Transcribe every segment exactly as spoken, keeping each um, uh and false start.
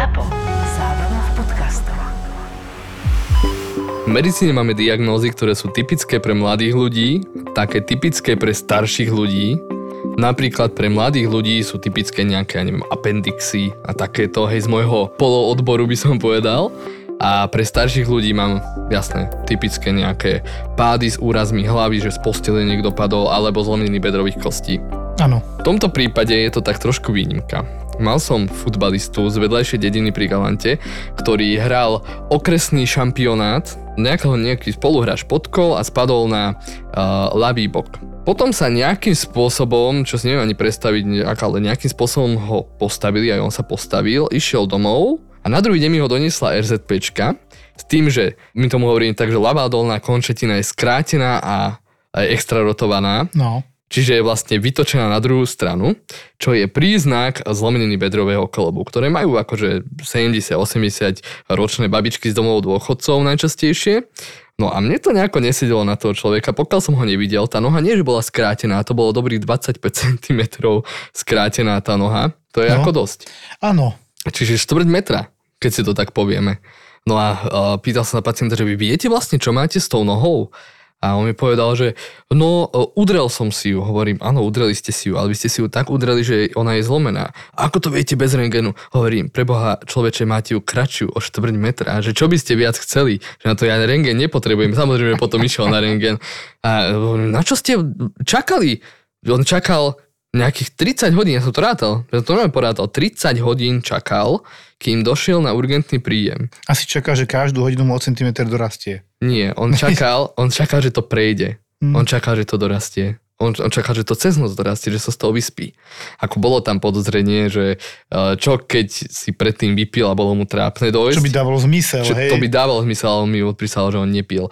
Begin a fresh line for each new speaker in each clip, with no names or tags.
Zapo. Zábrná v podcastov.
V medicíne máme diagnózy, ktoré sú typické pre mladých ľudí, také typické pre starších ľudí. Napríklad pre mladých ľudí sú typické nejaké, ja neviem, appendixy a takéto, hej, z môjho poloodboru by som povedal. A pre starších ľudí mám, jasné, typické nejaké pády s úrazmi hlavy, že z postele niekto padol, alebo zlomeniny bedrových kostí.
Áno.
V tomto prípade je to tak trošku výnimka. Mal som futbalistu z vedľajšej dediny pri Galante, ktorý hral okresný šampionát, nejakého nejaký spoluhráč podkol a spadol na uh, ľavý bok. Potom sa nejakým spôsobom, čo si neviem ani predstaviť, ale nejakým spôsobom ho postavili, aj on sa postavil, išiel domov a na druhý deň mi ho doniesla er zet péčka s tým, že my tomu hovoríme tak, že ľavá dolná končetina je skrátená a aj extrarotovaná.
No.
Čiže je vlastne vytočená na druhú stranu, čo je príznak zlomeniny bedrového kĺbu, ktoré majú akože sedemdesiat osemdesiat ročné babičky z domov dôchodcov najčastejšie. No a mne to nejako nesedelo na toho človeka, pokiaľ som ho nevidel. Tá noha nie, že bola skrátená, to bolo dobrých dvadsaťpäť centimetrov skrátená tá noha. To je no. ako dosť.
Áno.
Čiže štvrť metra, keď si to tak povieme. No a uh, pýtal sa na pacienta, že vy viete vlastne, čo máte s tou nohou? A on mi povedal, že no, udrel som si ju. Hovorím, áno, udreli ste si ju, ale vy ste si ju tak udreli, že ona je zlomená. A ako to viete bez rentgenu? Hovorím, preboha, človeče, máte ju kratšiu o štvrť metra, že čo by ste viac chceli? Že na to ja rentgen nepotrebujem. Samozrejme, potom išiel na rentgen. A hovorím, na čo ste čakali? On čakal nejakých tridsať hodín, ja som to rátal, ja som to normálne porátal, tridsať hodín čakal, kým došiel na urgentný príjem.
Asi čaká, že každú hodinu mu o centimeter dorastie.
Nie, on čakal, on čakal, že to prejde. Mm. On čakal, že to dorastie. On, on čakal, že to cez noc dorastie, že sa z toho vyspí. Ako bolo tam podozrenie, že čo keď si predtým vypil a bolo mu trápne dojsť.
Čo by dávalo zmysel, hej?
To by dávalo zmysel, ale on mi odpísal, že on nepil.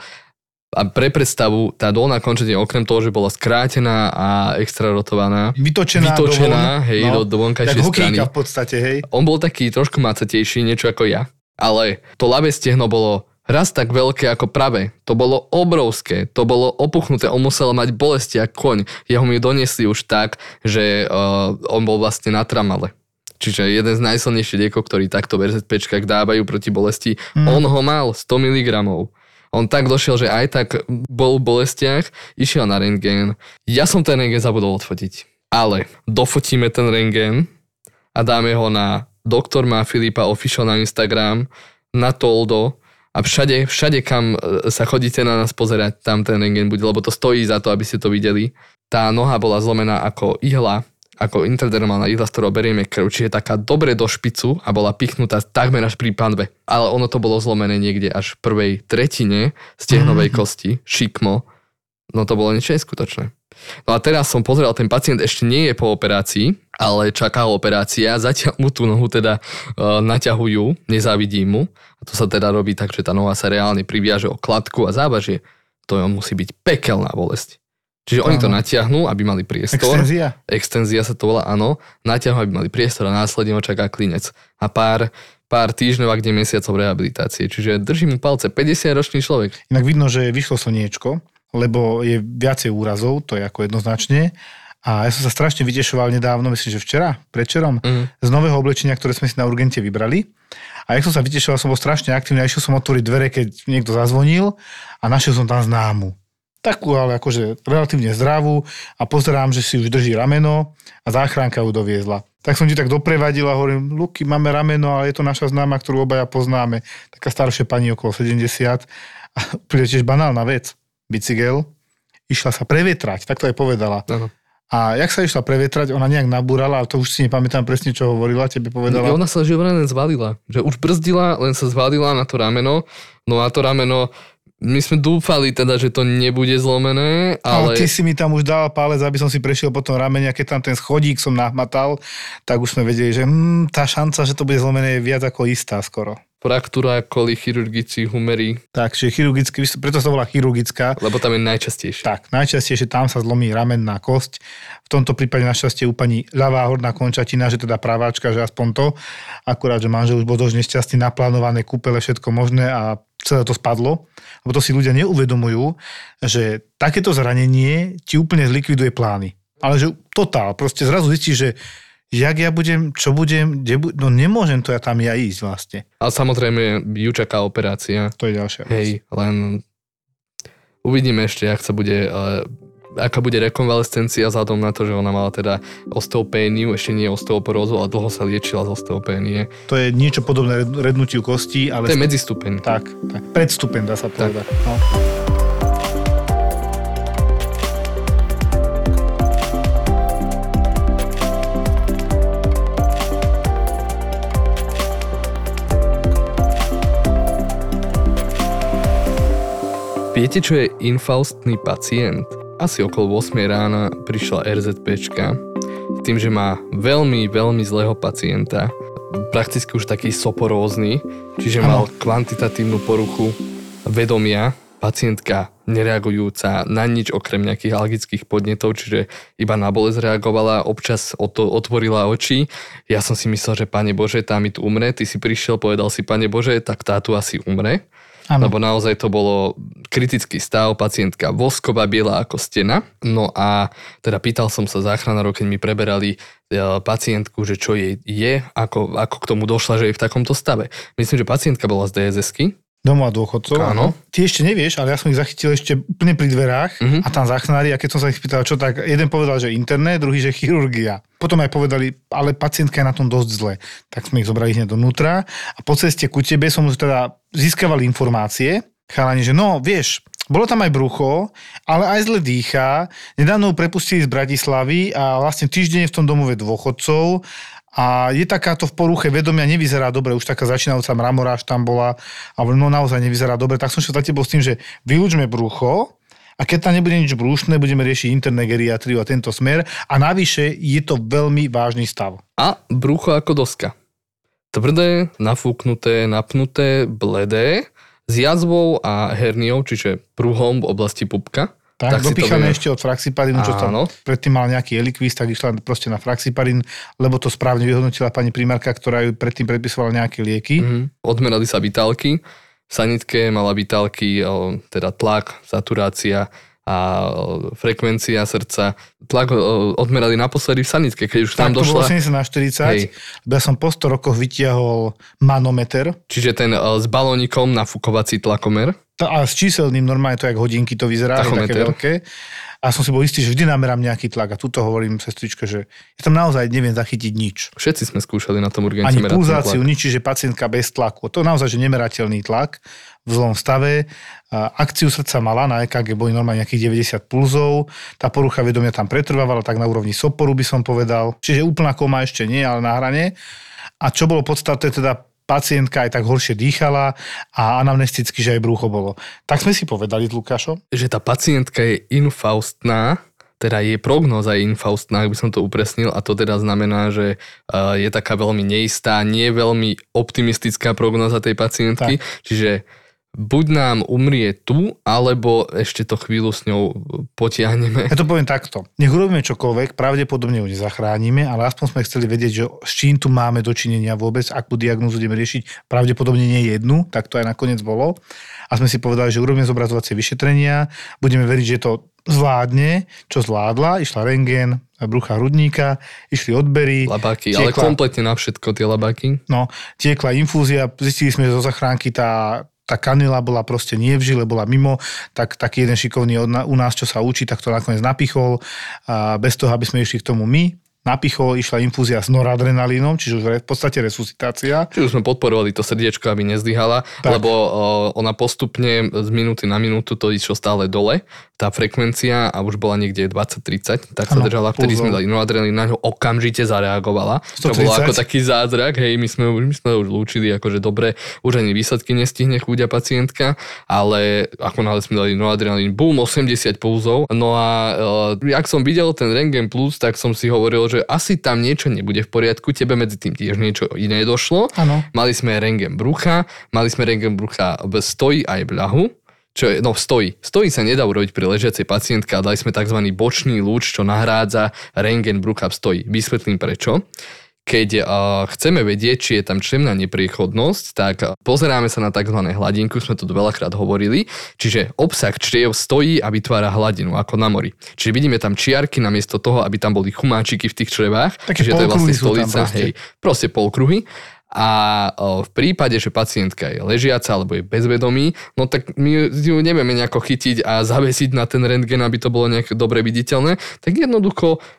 A pre predstavu, tá dolná končetina, okrem toho, že bola skrátená a extrarotovaná,
vytočená,
vytočená
do,
hej,
no,
do, do vonkajšej strany.
v podstate, hej.
On bol taký trošku macatejší, niečo ako ja. Ale to ľavé stehno bolo raz tak veľké ako pravé. To bolo obrovské, to bolo opuchnuté, on musel mať bolesti ako koň. Jeho mi doniesli už tak, že uh, on bol vlastne na tramale. Čiže jeden z najsilnejších liekov, ktorý takto v er zet péčkach dávajú proti bolesti, mm. on ho mal sto miligramov. On tak došiel, že aj tak bol v bolestiach, išiel na rentgen. Ja som ten rentgen zabudol odfotiť. Ale dofotíme ten rentgen a dáme ho na doktor má Filipa official na Instagram, na Toldo a všade, všade, kam sa chodíte na nás pozerať, tam ten rentgen bude, lebo to stojí za to, aby ste to videli. Tá noha bola zlomená ako ihla, ako intradermálna ihla, z ktorou berieme krv, čiže taká dobre do špicu a bola pichnutá takmer až pri panve. Ale ono to bolo zlomené niekde až v prvej tretine stehnovej kosti, šikmo. No to bolo niečo neskutočné. No a teraz som pozeral, ten pacient ešte nie je po operácii, ale čaká operácia, zatiaľ mu tú nohu teda uh, naťahujú, nezávidím mu. A to sa teda robí tak, že tá noha sa reálne priviaže o kladku a závažie. To musí byť pekelná bolesť. Čiže oni to natiahnú, aby mali priestor.
Extenzia?
Extenzia sa to volá, áno. Natiahnú, aby mali priestor a následne ho čaká klinec. A pár, pár týždňov, ak nie mesiacov rehabilitácie. Čiže držím mu palce, päťdesiatročný človek.
Inak vidno, že vyšlo slniečko, lebo je viacej úrazov, to je ako jednoznačne. A ja som sa strašne vytešoval nedávno, myslím, že včera, predčerom, mm. z nového oblečenia, ktoré sme si na urgente vybrali. A jak som sa vytešoval, som bol strašne aktívny a išiel som otvoriť dvere, keď niekto zazvonil a našiel som tam známu. Takú, ale akože relatívne zdravú a pozerám, že si už drží rameno a záchranka ju doviezla. Tak som ti tak doprevadil a hovorím, Luky, máme rameno, ale je to naša známa, ktorú obaja poznáme. Taká staršia pani okolo sedemdesiat a príde tiež banálna vec. Bicykel, išla sa prevetrať, tak to aj povedala. Ano. A jak sa išla prevetrať, ona nejak nabúrala, ale to už si nepamätám presne, čo hovorila, tebe povedala.
No, ona sa že len zvalila, že už brzdila, len sa zvalila na to rameno, no a to rameno my sme dúfali teda, že to nebude zlomené, ale...
ale ty si mi tam už dal palec, aby som si prešiel po tom ramene, a keď tam ten schodík som nahmatal, tak už sme vedeli, že mm, tá šanca, že to bude zlomené, je viac ako istá skoro.
Fraktúra, koly, chirurgici, humery.
Tak, čiže chirurgicky, preto sa to volá chirurgická.
Lebo tam je najčastejšie.
Tak, najčastejšie tam sa zlomí ramenná kosť. V tomto prípade našťastie u pani ľavá horná končatina, že teda praváčka, že aspoň to. Akurát, že manžel už bol dosť nešťastný, naplánované kúpele, všetko možné a celé to spadlo. Lebo to si ľudia neuvedomujú, že takéto zranenie ti úplne zlikviduje plány. Ale že totál, proste zrazu zistíš, že jak ja budem, čo budem, kde bu- no nemôžem to ja tam ja ísť vlastne.
A samozrejme ju čaká operácia.
To je ďalšia vec.
Hej, len uvidíme ešte, ak sa bude, uh, aká bude rekonvalescencia vzhľadom na to, že ona mala teda osteopéniu, ešte nie osteoporózu, ale dlho sa liečila z osteopénie.
To je niečo podobné red- rednutiu kostí, ale...
To je medzistupeň.
Tak, tak. Predstupeň dá sa povedať. No.
Viete, čo je infaustný pacient? Asi okolo ôsmej rána prišla er zet péčka s tým, že má veľmi, veľmi zlého pacienta, prakticky už taký soporózny, čiže mal kvantitatívnu poruchu vedomia, pacientka nereagujúca na nič okrem nejakých alergických podnetov, čiže iba na bolesť reagovala, občas o to otvorila oči. Ja som si myslel, že Pane Bože, tá mi tu umre, ty si prišiel, povedal si Pane Bože, tak tá tu asi umre. Ano. Lebo naozaj to bolo kritický stav, pacientka vosková, biela ako stena. No a teda pýtal som sa záchranárov, keď mi preberali pacientku, že čo jej je, ako, ako k tomu došla, že je v takomto stave. Myslím, že pacientka bola z dé es esky.
Domova dôchodcov.
Áno.
Ty ešte nevieš, ale ja som ich zachytil ešte úplne pri dverách uh-huh. a tam záchranári, a keď som sa ich pýtal, čo tak, jeden povedal, že interné, druhý, že chirurgia. Potom aj povedali, ale pacientka je na tom dosť zle. Tak sme ich zobrali hneď dovnútra a po ceste ku tebe som už teda získavali informácie, chalani, že no, vieš, bolo tam aj brucho, ale aj zle dýcha, nedávno ju prepustili z Bratislavy a vlastne týždeň v tom domove dôchodcov. A je takáto v poruche vedomia, nevyzerá dobre, už taká začínajúca mramoráž tam bola, ale no naozaj nevyzerá dobre, tak som šiel za tebou s tým, že vylúčme brucho a keď tam nebude nič brúšne, budeme riešiť interné geriatriu a tento smer a navyše je to veľmi vážny stav.
A brucho ako doska. Tvrdé, nafúknuté, napnuté, bledé, s jazvou a herniou, čiže pruhom v oblasti pupka.
Tak, tak dopíchané ešte od Fraxiparinu, čo tam predtým mal nejaký elikvíz, tak išla proste na Fraxiparin, lebo to správne vyhodnotila pani primárka, ktorá ju predtým predpisovala nejaké lieky.
Mm-hmm. Odmerali sa vitálky. V sanitke mala vitálky, teda tlak, saturácia a frekvencia srdca. Tlak odmerali naposledy v sanitke, keď už tam
tak,
došla.
Tak to bolo osemdesiat na štyridsať, hej. Lebo ja som po sto rokoch vytiahol manometer.
Čiže ten s balónikom nafúkovací tlakomer.
A s číselným normálne to, jak hodinky to vyzerá, je také veľké. A som si bol istý, že vždy namerám nejaký tlak. A tuto hovorím sestričke, že ja tam naozaj neviem zachytiť nič.
Všetci sme skúšali na tom urgente
ani
merať
pulzáciu, nič, čiže pacientka bez tlaku. To je naozaj, že nemerateľný tlak v zlom stave. A akciu srdca mala, na é ká gé boli normálne nejakých deväťdesiat pulzov. Tá porucha vedomia tam pretrvávala, tak na úrovni soporu by som povedal. Čiže úplná koma ešte nie, ale na hrane. A čo bolo podstatné, teda pacientka aj tak horšie dýchala a anamnesticky, že aj brúcho bolo. Tak sme si povedali s Lukášom,
že tá pacientka je infaustná, teda jej prognóza je infaustná, ak by som to upresnil, a to teda znamená, že je taká veľmi neistá, nie veľmi optimistická prognóza tej pacientky, tak. Čiže buď nám umrie tu, alebo ešte to chvíľu s ňou potiahneme.
Ja to poviem takto. Nech urobíme čokoľvek, pravdepodobne ju nezachránime, ale aspoň sme chceli vedieť, že s čím tu máme dočinenia vôbec, akú diagnózu ideme riešiť. Pravdepodobne nie jednu, tak to aj nakoniec bolo. A sme si povedali, že urobíme zobrazovacie vyšetrenia, budeme veriť, že to zvládne, čo zvládla, išla rentgen, brucha hrudníka, išli odbery.
Labáky, tiekla, ale kompletne na všetko tie labáky.
No, tiekla infúzia, zistili sme, že zo zachránky tá tá kanila bola proste nie v žile, bola mimo, tak taký jeden šikovný u nás, čo sa učí, tak to nakoniec napichol. A bez toho, aby sme išli k tomu my, napichol, išla infúzia s noradrenalínom, čiže už v podstate resuscitácia.
Čiže už sme podporovali to srdiečko, aby nezdyhala, tak. Lebo o, ona postupne z minúty na minútu to išlo stále dole, tá frekvencia, a už bola niekde dvadsať tridsať, tak sa ano, držala, vtedy pulzol. Sme dali noradrenalín, na ňo okamžite zareagovala. To bolo ako taký zázrak, hej, my sme, my sme už lúčili, akože dobre, už ani výsledky nestihne chúďa pacientka, ale ako náhle sme dali noradrenalín, bum, osemdesiat pulzov. No a e, jak som videl ten Rentgen Plus, tak som si hovoril, že asi tam niečo nebude v poriadku, tebe medzi tým tiež niečo iné došlo.
Ano.
Mali sme Rentgen brucha, mali sme Rentgen brucha v stoji aj v ľahu. Čo je, no v stoji. Stoji sa nedá urobiť pri ležiacej pacientke, a dali sme tzv. Bočný lúč, čo nahrádza Rentgen brucha v stoji. Vysvetlím prečo. keď uh, chceme vedieť, či je tam črevná nepriechodnosť, tak uh, pozeráme sa na tzv. Hladinku, sme tu veľakrát hovorili, čiže obsah čriev stojí a vytvára hladinu, ako na mori. Čiže vidíme tam čiarky namiesto toho, aby tam boli chumáčiky v tých črevách,
také
čiže to je vlastne stolica,
proste.
hej, proste polkruhy. A o, v prípade, že pacientka je ležiaca alebo je bezvedomí, no tak my ju nevieme nejako chytiť a zavesiť na ten rentgen, aby to bolo nejak dobre viditeľné, tak jednoducho o,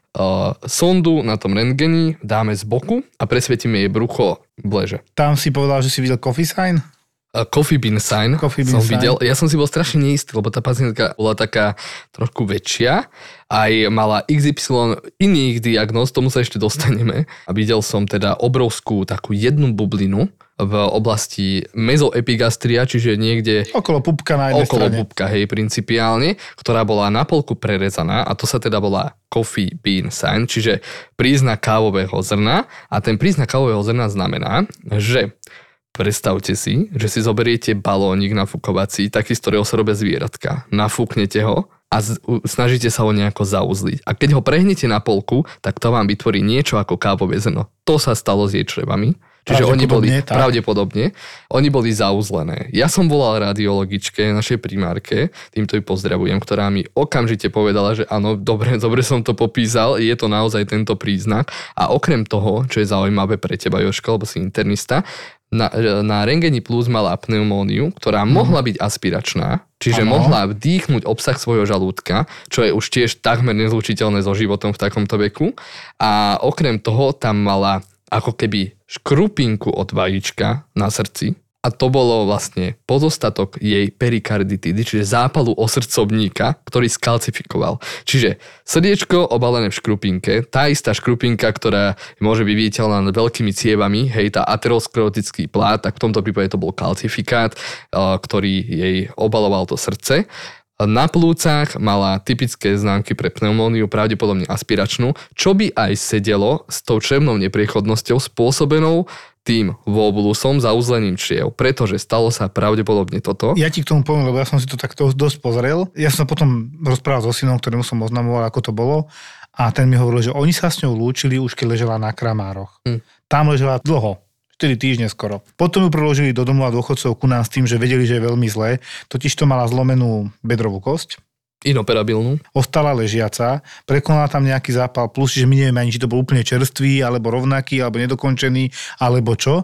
sondu na tom rentgeni dáme z boku a presvietime jej brucho v leže.
Tam si povedal, že si videl coffee sign?
Uh, coffee bean sign
Coffee bean
som
sign.
videl. Ja som si bol strašne neistý, lebo tá pacientka bola taká trošku väčšia, aj mala iks ypsilon iných diagnóz, tomu sa ešte dostaneme. A videl som teda obrovskú takú jednu bublinu v oblasti mezoepigastria, čiže niekde
Okolo pupka na jednej
okolo
strane.
pupka, hej, principiálne, ktorá bola na polku prerezaná a to sa teda volá coffee bean sign, čiže príznak kávového zrna a ten príznak kávového zrna znamená, že predstavte si, že si zoberiete balónik nafúkovací, taký, z ktorého sa robia zvieratka. Nafúknete ho a z, snažíte sa ho nejako zauzliť. A keď ho prehnete na polku, tak to vám vytvorí niečo ako kávové zrno. To sa stalo s jej črevami. Čiže oni boli,
tak.
pravdepodobne, oni boli zauzlené. Ja som volal radiologičke, našej primárke, týmto ju pozdravujem, ktorá mi okamžite povedala, že áno, dobre, dobre som to popísal, je to naozaj tento príznak. A okrem toho, čo je zaujímavé pre teba, Jožko, lebo si internista, na, na Rengeni Plus mala pneumóniu, ktorá mm. mohla byť aspiračná, čiže ano. Mohla vdýchnuť obsah svojho žalúdka, čo je už tiež takmer nezlučiteľné so životom v takomto veku. A okrem toho tam mala ako keby škrupinku od vajíčka na srdci a to bolo vlastne pozostatok jej perikarditidy, čiže zápalu osrdcovníka, ktorý skalcifikoval. Čiže srdiečko obalené v škrupinke, tá istá škrupinka, ktorá môže byť viditeľná nad veľkými cievami, hej, tá aterosklerotický plát, tak v tomto prípade to bol kalcifikát, ktorý jej obaloval to srdce. Na plúcach mala typické známky pre pneumóniu, pravdepodobne aspiračnú, čo by aj sedelo s tou črevnou nepriechodnosťou spôsobenou tým vobulusom, zauzlením čriev, pretože stalo sa pravdepodobne toto.
Ja ti k tomu poviem, lebo ja som si to takto dosť pozrel. Ja som sa potom rozprával so synom, ktorému som oznamoval, ako to bolo, a ten mi hovoril, že oni sa s ňou lúčili už keď ležela na Kramároch. Hm. Tam ležela dlho. štyri týždne skoro. Potom ju preložili do domova dôchodcov ku nám s tým, že vedeli, že je veľmi zlé. Totiž to mala zlomenú bedrovú kosť.
Inoperabilnú.
Ostala ležiaca, prekonala tam nejaký zápal plus, že my nevieme ani, či to bol úplne čerstvý, alebo rovnaký, alebo nedokončený, alebo čo.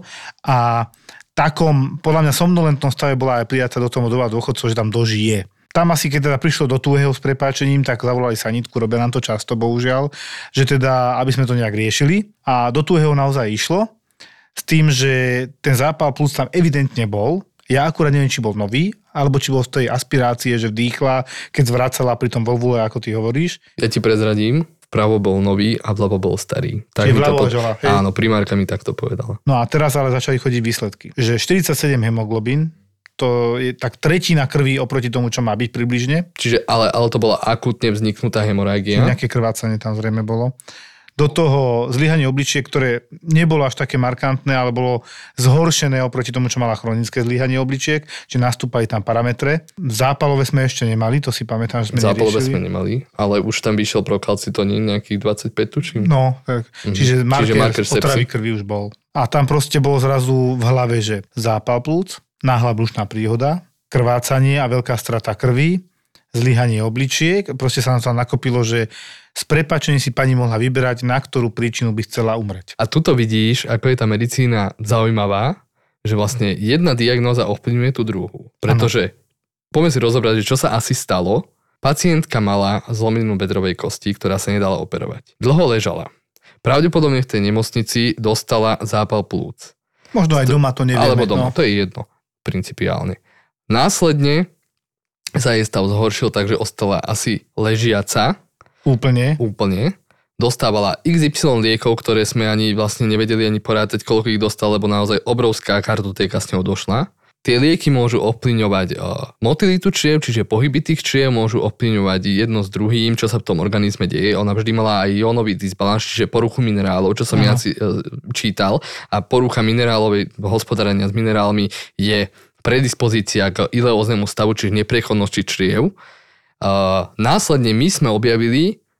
A takom, podľa mňa somnolentnom stave bola aj prijatá do toho domova dôchodcov, že tam dožije. Tam asi, keď teda prišlo do tuhého s prepáčením, tak zavolali sanitku, robia nám to často, bohužiaľ, že teda, aby sme to nejak riešili. A do tuhého naozaj išlo. S tým, že ten zápal plus tam evidentne bol. Ja akurát neviem, či bol nový, alebo či bol z tej aspirácie, že vdýchla, keď zvracala pri tom volvule, ako ty hovoríš.
Ja ti prezradím, vpravo bol nový a vľavo bol starý. Tak
Čiže vľavo
po...
ležala, hej?
Áno, primárka mi takto povedala.
No a teraz ale začali chodiť výsledky. Že štyridsaťsedem hemoglobín, to je tak tretina krvi oproti tomu, čo má byť približne.
Čiže, ale, ale to bola akútne vzniknutá hemorágia.
Nejaké krvácanie tam zrejme bolo. Do toho zlyhanie obličiek, ktoré nebolo až také markantné, ale bolo zhoršené oproti tomu, čo mala chronické zlyhanie obličiek, čiže nastúpali tam parametre. Zápalové sme ešte nemali, to si pamätám, že sme
Zápalové
neriešili.
sme nemali, ale už tam vyšiel prokalcitonín nejakých dvadsaťpäť tučím.
No, tak. Mm-hmm. Čiže marker,
čiže marker
otravy krvi už bol. A tam proste bolo zrazu v hlave, že zápal plúc, náhla brušná príhoda, krvácanie a veľká strata krvi, zlyhanie obličiek, proste sa nám to nakopilo, že s prepáčením si pani mohla vyberať, na ktorú príčinu by chcela umrieť.
A tuto vidíš, ako je tá medicína zaujímavá, že vlastne jedna diagnóza ovplyvňuje tú druhú. Pretože, poďme si rozobrať, že čo sa asi stalo. Pacientka mala zlomeninu bedrovej kosti, ktorá sa nedala operovať. Dlho ležala. Pravdepodobne v tej nemocnici dostala zápal plúc.
Možno aj doma, to nevieme.
Alebo doma,
no.
to je jedno, principiálne. Následne sa jej stav zhoršil, takže ostala asi ležiaca.
Úplne.
Úplne. Dostávala iks ypsilon liekov, ktoré sme ani vlastne nevedeli ani porátať, koľko ich dostala, lebo naozaj obrovská kartotéka s ňou došla. Tie lieky môžu ovplyvňovať uh, motilitu čriev, čiže pohyby tých čriev, môžu ovplyvňovať jedno s druhým, čo sa v tom organizme deje. Ona vždy mala aj jónový disbalans, čiže poruchu minerálov, čo som ja si uh, čítal. A porucha minerálovej hospodárenia s minerálmi je predispozícia k ileóznemu stavu, čiže nepriechodnosti čriev. Uh, následne my sme objavili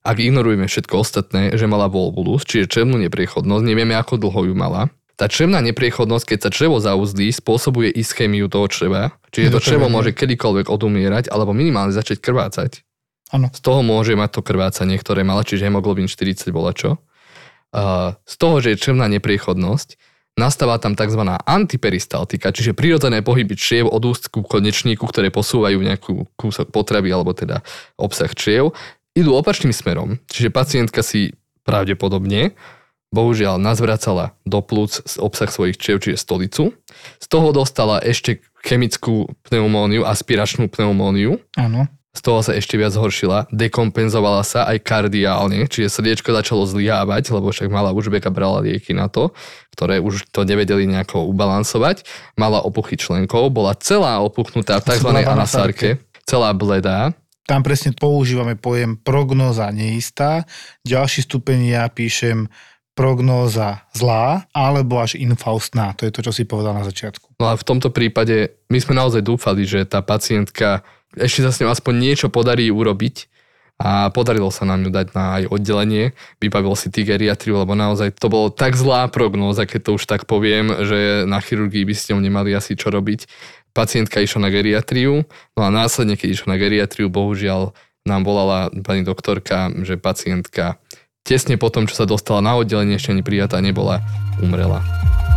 ak ignorujeme všetko ostatné, že mala volvulus, čiže črevnú nepriechodnosť, nevieme ako dlho ju mala. Tá črevná nepriechodnosť, keď sa črevo zauzlí, spôsobuje ischémiu toho čreva, čiže to črevo môže kedykoľvek odumierať alebo minimálne začať krvácať.
Ano.
Z toho môže mať to krvácanie, ktoré mala, čiže hemoglobín štyridsať volačo. Z toho, že je črevná nepriechodnosť, nastáva tam tzv. Antiperistaltika, čiže prirodzené pohyby čriev od úst ku konečníku, ktoré posúvajú nejakú kúsok potravy alebo teda obsah čriev, idú opačným smerom. Čiže pacientka si pravdepodobne bohužiaľ nazvracala do plúc obsah svojich čriev, čiže stolicu. Z toho dostala ešte chemickú pneumóniu, aspiračnú pneumóniu.
Áno.
Z toho sa ešte viac zhoršila, dekompenzovala sa aj kardiálne, čiže srdiečko začalo zlyhávať, lebo však mala už beka brala lieky na to, ktoré už to nevedeli nejako ubalansovať. Mala opuchy členkov, bola celá opuchnutá v tzv. Anasarke, celá bledá.
Tam presne používame pojem prognóza neistá. Ďalší stupeň ja píšem prognóza zlá alebo až infaustná. To je to, čo si povedal na začiatku.
No a v tomto prípade my sme naozaj dúfali, že tá pacientka ešte sa s ňou aspoň niečo podarí urobiť a podarilo sa nám ju dať na aj oddelenie. Vybavil si ty geriatriu, lebo naozaj to bolo tak zlá prognóza, keď to už tak poviem, že na chirurgii by s ňou nemali asi čo robiť. Pacientka išla na geriatriu, no a následne, keď išla na geriatriu, bohužiaľ nám volala pani doktorka, že pacientka tesne po tom, čo sa dostala na oddelenie, ešte ani prijatá nebola, umrela.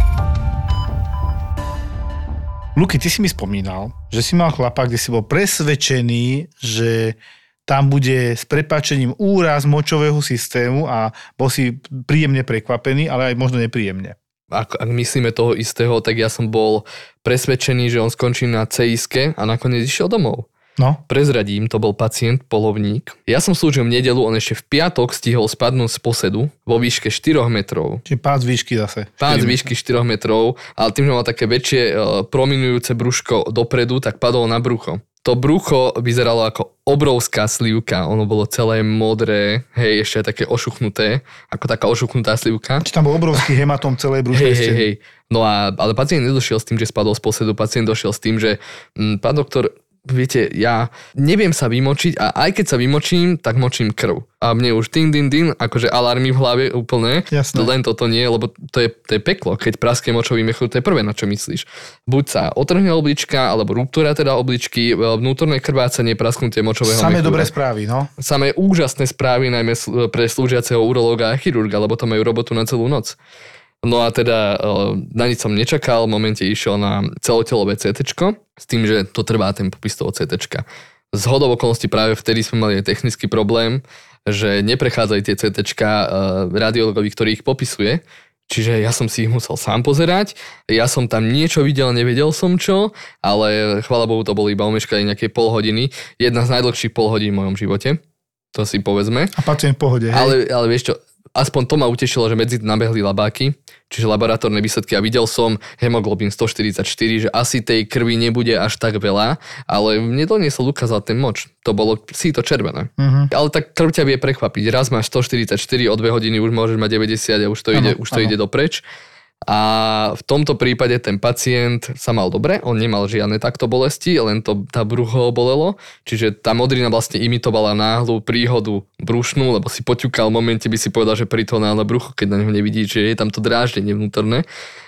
Luky, ty si mi spomínal, že si mal chlapa, kde si bol presvedčený, že tam bude s prepáčením úraz močového systému a bol si príjemne prekvapený, ale aj možno nepríjemne.
Ak, ak myslíme toho istého, tak ja som bol presvedčený, že on skončí na cé iske a nakoniec išiel domov.
No.
Prezradím, to bol pacient, polovník. Ja som slúžil v nedeľu, on ešte v piatok stihol spadnúť z posedu vo výške štyri metrov.
Čiže pád z výšky zase.
Pád z výšky štyri metrov, ale tým, že mal také väčšie e, prominujúce brúško dopredu, tak padol na brucho. To brucho vyzeralo ako obrovská slivka, ono bolo celé modré, hej, ešte aj také ošuchnuté, ako taká ošuchnutá slivka.
Či tam bol obrovský hematom celej brúšnej
hej, hej, hej. No a, ale pacient nedošiel s tým, že spadol z posedu, pacient došiel s tým, že m, pán doktor, viete, ja neviem sa vymočiť a aj keď sa vymočím, tak močím krv. A mne už din, din, din, akože alarmy v hlave úplne.
Jasné.
Len toto nie, lebo to je, to je peklo. Keď praskne močový mechúr, to je prvé, na čo myslíš. Buď sa otrhne oblička, alebo ruptúra teda obličky, vnútorné krvácanie, prasknutie močového
Samé
mechúra.
dobré správy, no.
Samé úžasné správy, najmä pre slúžiaceho urológa a chirurga, lebo to majú robotu na celú noc. No a teda na nič som nečakal, v momente išiel na celotelové cé téčko, s tým, že to trvá ten popis toho cé téčka. Z hodou okolností práve vtedy sme mali aj technický problém, že neprechádzajú tie cé téčka radiologovi, ktorý ich popisuje, čiže ja som si ich musel sám pozerať, ja som tam niečo videl, nevedel som čo, ale chvála Bohu to bolo iba omeškanie nejaké pol hodiny, jedna z najdlhších pol hodín v mojom živote, to si povedzme.
A pacient v pohode, hej?
Ale, ale vieš čo, aspoň to ma utešilo, že medzi nabehli labáky, čiže laboratórne výsledky a videl som hemoglobín sto štyridsaťštyri, že asi tej krvi nebude až tak veľa, ale mne doniesol ukázal ten moč. To bolo síto červené. Uh-huh. Ale tak krv ťa vie prekvapiť. Raz máš sto štyridsaťštyri, o dve hodiny už môžeš mať deväťdesiat a už to, ano, ide, už to ide dopreč. A v tomto prípade ten pacient sa mal dobre, on nemal žiadne takto bolesti, len to tá brucho bolelo, čiže tá modrina vlastne imitovala náhlu príhodu brušnú, lebo si poťukal, v momente by si povedal, že peritonálne brucho, keď na neho nevidí, že je tam to dráždenie vnútorné.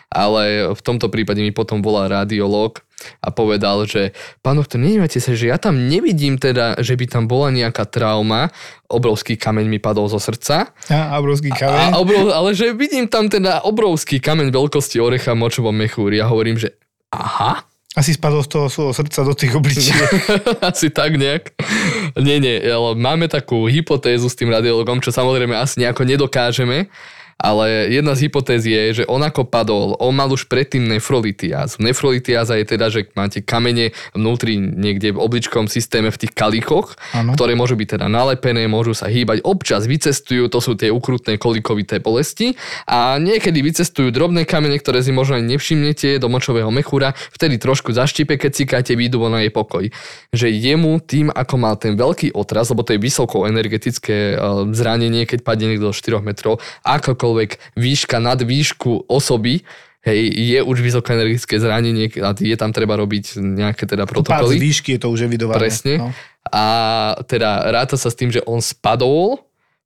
Ale v tomto prípade mi potom volal radiológ a povedal, že pán doktor, nevíte sa, že ja tam nevidím teda, že by tam bola nejaká trauma, obrovský kameň mi padol zo srdca.
A, obrovský kameň.
A, a obrov, ale že vidím tam teda obrovský kameň veľkosti orecha v močovom mechúri. Ja hovorím, že aha.
Asi spadol z toho svojho srdca do tých obličiek.
Asi tak nejak. Nie, nie, ale máme takú hypotézu s tým radiologom, čo samozrejme asi nejako nedokážeme. Ale jedna z hypotéz je, že on ako padol, on mal už predtým nefrolitiázu. Nefrolitiáza je teda, že máte kamene vnútri niekde v obličkovom systéme v tých kalíchoch, ano, ktoré môžu byť teda nalepené, môžu sa hýbať, občas vycestujú, to sú tie ukrutné kolikovité bolesti a niekedy vycestujú drobné kamene, ktoré si možno aj nevšimnete do močového mechúra, vtedy trošku zaštípe, keď cikáte, výjdu von na jej pokoj. Že jemu tým, ako mal ten veľký otras, lebo to je vysoko energetické zranenie, keď padne niekto do štyroch metrov, ako výška nad výšku osoby, hej, je už vysokoenergetické zranenie a je tam treba robiť nejaké teda protokoly.
Pád z výšky je to už evidované.
Presne.
No.
A teda ráta sa s tým, že on spadol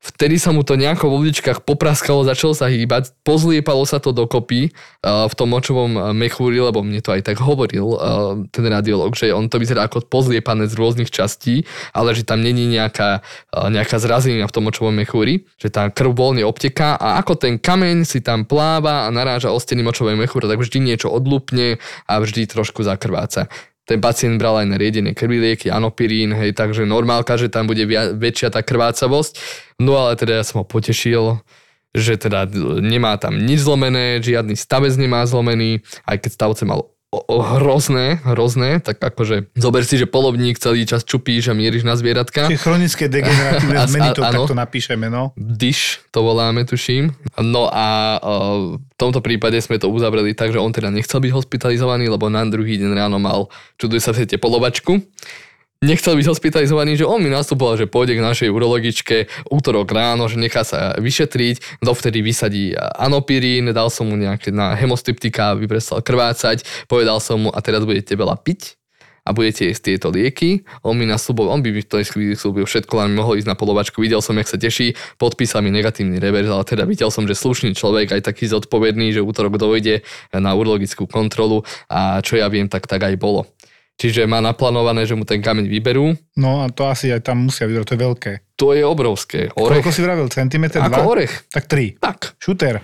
Vtedy sa mu to nejako v uličkách popraskalo, začalo sa hýbať, pozliepalo sa to dokopy uh, v tom močovom mechúri, lebo mne to aj tak hovoril uh, ten radiológ, že on to vyzerá ako pozliepané z rôznych častí, ale že tam není nejaká, uh, nejaká zrazenia v tom močovom mechúri, že tá krv voľne obteká a ako ten kameň si tam pláva a naráža o steny močového mechúra, tak vždy niečo odlúpne a vždy trošku zakrváca. Ten pacient bral aj na riedené krvi lieky, anopirín, hej, takže normálka, že tam bude via, väčšia tá krvácavosť. No ale teda ja som ho potešil, že teda nemá tam nič zlomené, žiadny stavec nemá zlomený, aj keď stavce mal o, o, hrozné, hrozné, tak akože zober si, že polovník celý čas čupíš a mieríš na zvieratka.
Čiže chronické degeneratívne zmeny, to takto napíšeme, no.
Dish to voláme, tuším. No a uh, v tomto prípade sme to uzavreli tak, že on teda nechcel byť hospitalizovaný, lebo na druhý deň ráno mal, čuduj sa v polovačku. Nechcel byť hospitalizovaný, že on mi nastupoval, že pôjde k našej urologičke útorok ráno, že nechá sa vyšetriť, dovtedy vysadí anopirín, dal som mu nejaké na hemostyptika, aby prestal krvácať, povedal som mu a teraz budete veľa piť a budete jesť tieto lieky. On mi nasľuboval, on by mi to slúbil všetko, len mi mohol ísť na polovačku, videl som, jak sa teší, podpísal mi negatívny revers, ale teda videl som, že slušný človek, aj taký zodpovedný, že útorok dojde na urologickú kontrolu a čo ja viem, tak tak aj bolo. Čiže má naplánované, že mu ten kameň vyberú.
No a to asi aj tam musia vyberať, to je veľké.
To je obrovské. Orech.
Koľko si vravel? Centimeter?
Ako
dva?
orech.
Tak tri.
Tak.
Šuter.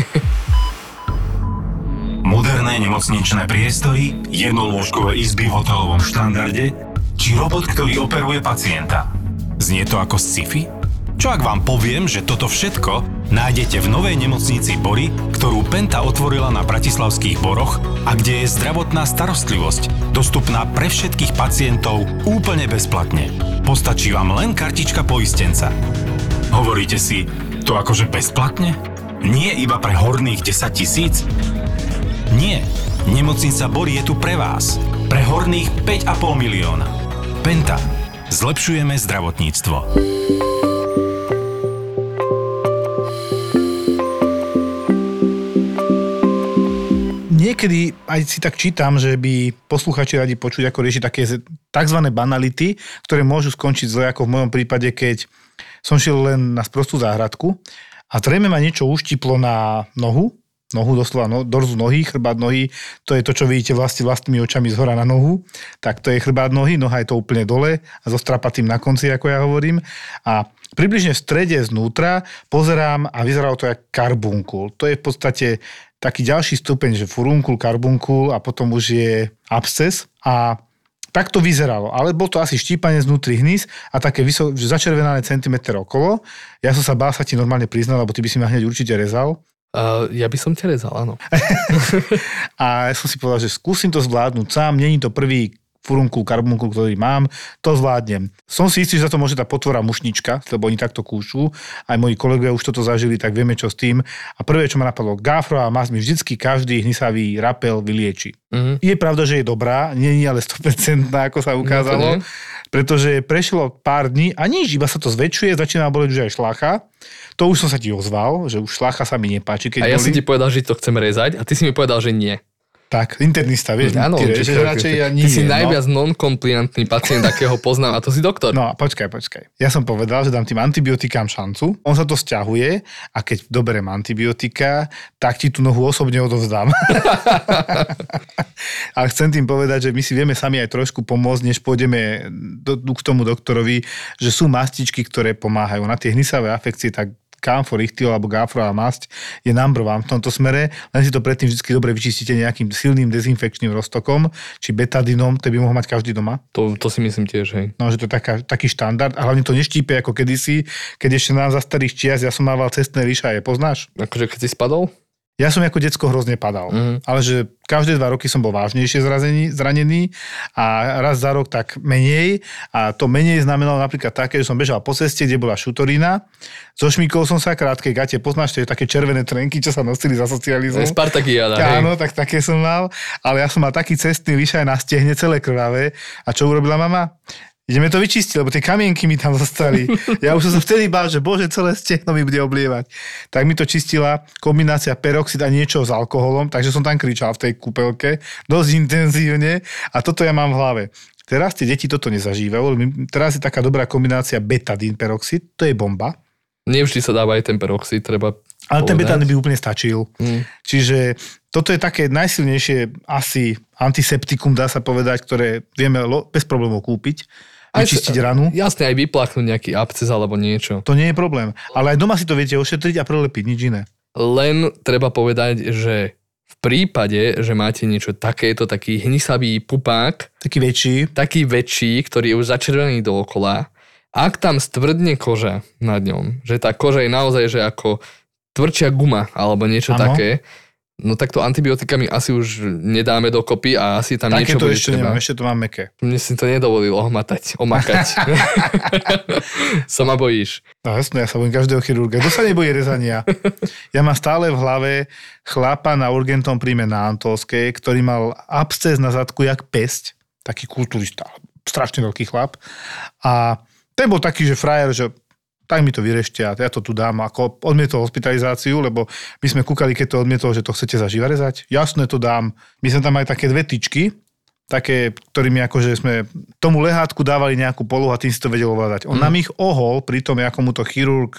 Moderné nemocničné priestory, jednolôžkové izby v hotelovom štandarde, či robot, ktorý operuje pacienta. Znie to ako sci-fi? Čo ak vám poviem, že toto všetko nájdete v novej nemocnici Bory, ktorú Penta otvorila na bratislavských Boroch a kde je zdravotná starostlivosť dostupná pre všetkých pacientov úplne bezplatne. Postačí vám len kartička poistenca. Hovoríte si, to akože bezplatne? Nie iba pre horných desať tisíc? Nie, nemocnica Bory je tu pre vás. Pre horných päť a pol milióna. Penta. Zlepšujeme zdravotníctvo.
Niekedy aj si tak čítam, že by posluchači radi počuť, ako riešiť také tzv. Banality, ktoré môžu skončiť zle, ako v mojom prípade, keď som šiel len na sprostú záhradku a zrejme ma niečo uštiplo na nohu, nohu doslova, no, dorzu nohy, chrbát nohy, to je to, čo vidíte vlastne vlastnými očami zhora na nohu, tak to je chrbát nohy, noha je to úplne dole a so strapatým na konci, ako ja hovorím. A približne v strede znútra pozerám a vyzeralo to jak karbunkul. To je v podstate taký ďalší stupeň, že furunkul, karbunkul a potom už je absces a tak to vyzeralo, ale bol to asi štípanie znútri hníz a také vysok, začervenané centimeter okolo. Ja som sa bál sa ti normálne priznal, lebo ty by si ma hneď určite rezal.
Uh, ja by som ťa rezal, áno.
A ja som si povedal, že skúsim to zvládnuť sám, není to prvý furunkul, karbunkul, ktorý mám, to zvládnem. Som si istý, že za to môže tá potvora mušnička, lebo oni takto kúšu. Aj moji kolegovia už toto zažili, tak vieme, čo s tým. A prvé, čo ma napadlo, gáfrová masť mi vždycky každý hnisavý rapel vylieči. Mm-hmm. Je pravda, že je dobrá, nie je ale sto percent, ako sa ukázalo, no, pretože prešlo pár dní a nič, iba sa to zväčšuje, začína boleť už aj šlacha. To už som sa ti ozval, že už šlacha sa mi nepáči, keď
a ja
boli.
som ti povedal, že to chcem rezať a ty si mi povedal, že nie.
Tak, internista, vieš,
áno,
ty režeš radšej ja nie.
Ty si
no.
najviac non-compliantný pacient, akého poznám, a to si doktor.
No, počkaj, počkaj. Ja som povedal, že dám tým antibiotikám šancu, on sa to sťahuje a keď doberiem antibiotika, tak ti tú nohu osobne odovzdám. Ale chcem tým povedať, že my si vieme sami aj trošku pomôcť, než pôjdeme do, do, k tomu doktorovi, že sú mastičky, ktoré pomáhajú na tie hnisavé afekcie, tak Camphor, Ichthyo alebo gáfrová masť je number one v tomto smere, len si to predtým vždy dobre vyčistíte nejakým silným dezinfekčným roztokom, či betadinom, to by mohol mať každý doma.
To, to si myslím tiež, hej.
No, že to je taká, taký štandard a hlavne to neštípe ako kedysi, keď ešte nám za starých čias, ja som mával cestné ríšaje, poznáš?
Akože keď si spadol?
Ja som ako decko hrozne padal, mm. ale že každé dva roky som bol vážnejšie zrazený, zranený a raz za rok tak menej a to menej znamenalo napríklad také, že som bežal po ceste, kde bola šutorina, zošmykol som sa, krátkej gate, poznáš, tie také červené trenky, čo sa nosili za socializmu.
Spartakiáda, hej.
Áno, tak také som mal, ale ja som mal taký cestný lišaj na stehne, celé krvavé a čo urobila mama? Ideme to vyčistiť, lebo tie kamienky mi tam zostali. Ja už som sa vtedy bál, že bože, celé stehno mi bude oblievať. Tak mi to čistila kombinácia peroxid a niečo s alkoholom, takže som tam kričal v tej kúpelke dosť intenzívne a toto ja mám v hlave. Teraz tie deti toto nezažívajú, teraz je taká dobrá kombinácia betadín peroxid, to je bomba.
Nevždy sa dáva aj ten peroxid, treba
Ale ten
povedať.
betán by úplne stačil. Mm. Čiže toto je také najsilnejšie asi antiseptikum, dá sa povedať, ktoré vieme bez problémov kúpiť. Vyčistiť ranu.
Jasne, aj vyplachnúť nejaký absces alebo niečo.
To nie je problém. Ale aj doma si to viete ošetriť a prelepiť, nič iné.
Len treba povedať, že v prípade, že máte niečo takéto, taký hnisavý pupák,
Taký väčší.
taký väčší, ktorý je už začervený dookola, ak tam stvrdne koža nad ňom, že tá koža je naozaj, že ako tvrdšia guma alebo niečo
ano.
také, no tak to antibiotikami asi už nedáme dokopy a asi tam
Také
niečo
to
bude
ešte
treba.
nemám, ešte to mám mäkké.
Mne si to nedovolil ohmatať, omakať. Sa ma bojíš.
No jasné, ja sa bojím každého chirurga. Kto sa nebojí rezania? Ja mám stále v hlave chlapa na urgentnom príjme na Antolskej, ktorý mal absces na zadku jak pesť. Taký kulturista, strašne veľký chlap. A ten bol taký, že frajer, že tak mi to vyrešte a ja to tu dám. Ako odmietol hospitalizáciu, lebo my sme kúkali, keď to odmietol, že to chcete zaživa rezať. Jasné, to dám. My sme tam aj také dve tyčky, také, ktorými akože sme tomu lehátku dávali nejakú polohu a tým si to vedel ovládať. On mm. nám ich ohol, pri tom, ako mu to chirurg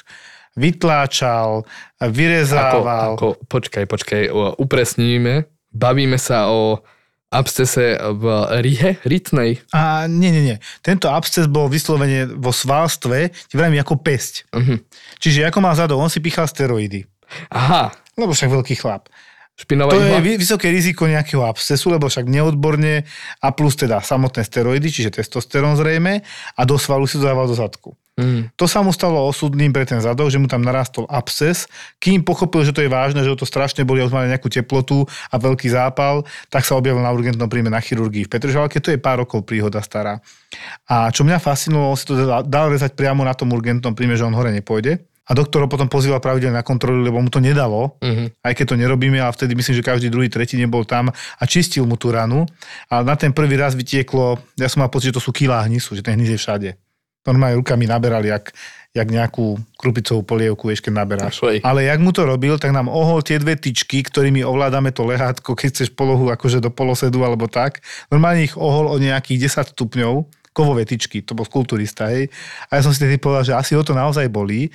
vytláčal, vyrezával.
Ako, ako, počkaj, počkaj, upresníme. Bavíme sa o abscese v rihe, rytnej.
A nie, nie, nie. Tento absces bol vyslovene vo svalstve, ti vrajím, ako pesť.
Uh-huh.
Čiže ako mal zadok, on si pichal steroidy.
Aha.
Lebo však veľký chlap.
Špinová
To
ihla?
je vysoké riziko nejakého abscesu, lebo však neodborne a plus teda samotné steroidy, čiže testosterón zrejme a do svalu si to dával do zadku. Mm. To sa mu stalo osudným pre ten zadok, že mu tam narastol absces. Kým pochopil, že to je vážne, že ho to strašne boli, už mali nejakú teplotu a veľký zápal, tak sa objavil na urgentnom príjme na chirurgii v Petržalke. To je pár rokov príhoda stará. A čo mňa fascinovalo, on si to dal rezať priamo na tom urgentnom príjme, že on hore nepôjde. A doktor ho potom pozýval pravidelne na kontrolu, lebo mu to nedalo, mm-hmm. aj keď to nerobíme, a vtedy myslím, že každý druhý, tretí nebol tam a čistil mu tú ranu. A na ten prvý raz vytieklo, ja som mal pocit, že to sú kilá hnisu, že ten hnis je všade. Normálne rukami naberali, jak, jak nejakú krupicovú polievku, vieš, keď naberáš.
Švej.
Ale jak mu to robil, tak nám ohol tie dve tyčky, ktorými ovládame to lehátko, keď chceš polohu akože do polosedu alebo tak. Normálne ich ohol o nejakých desať stupňov, kovové tyčky, to bol kulturista, hej. A ja som si tedy povedal, že asi ho to naozaj bolí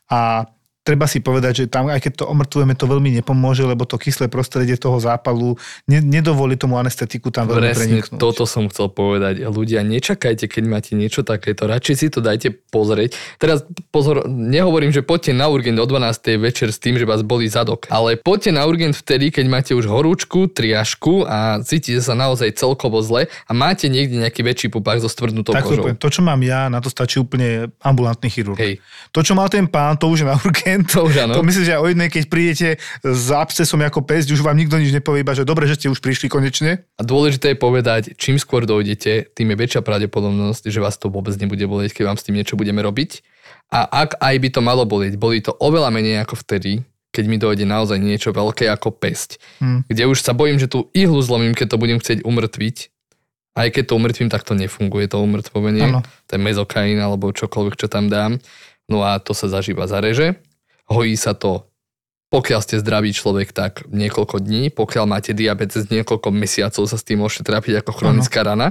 a treba si povedať, že tam, aj keď to omrtvujeme, to veľmi nepomôže, lebo to kyslé prostredie toho zápalu ne, nedovolí tomu anestetiku tam veľmi
preniknúť.
preniknúť.
Toto som chcel povedať. Ľudia, nečakajte, keď máte niečo takéto. Radšej si to dajte pozrieť. Teraz pozor, nehovorím, že poďte na urgent o dvanástej večer s tým, že vás bolí zadok. Ale poďte na urgent vtedy, keď máte už horúčku, triašku a cítite sa naozaj celkovo zle a máte niekde nejaký väčší pupák so stvrdnutou kožou.
Poviem, to, čo mám ja, na to stačí úplne ambulantný chirurg.
Hej.
To, čo mal ten pán, to už je na urgent.
To už áno.
To myslím, že aj o jednej, keď prídete s abscesom ako pesť, už vám nikto nič nepovie, iba že dobre, že ste už prišli konečne.
A dôležité je povedať, čím skôr dojdete, tým je väčšia pravdepodobnosť, že vás to vôbec nebude bolieť, keď vám s tým niečo budeme robiť. A ak aj by to malo bolieť, bolí to oveľa menej ako vtedy, keď mi dojde naozaj niečo veľké ako pesť. Hmm. Kde už sa bojím, že tú ihlu zlomím, keď to budem chcieť umrtviť. Aj keď to umrtvím, tak to nefunguje, to umrtvovanie. Ten mezokain alebo čokoľvek, čo tam dám. No a to sa zažíva zareže. Hojí sa to, pokiaľ ste zdravý človek, tak niekoľko dní. Pokiaľ máte diabetes, niekoľko mesiacov sa s tým môžete trápiť ako chronická ano. rana.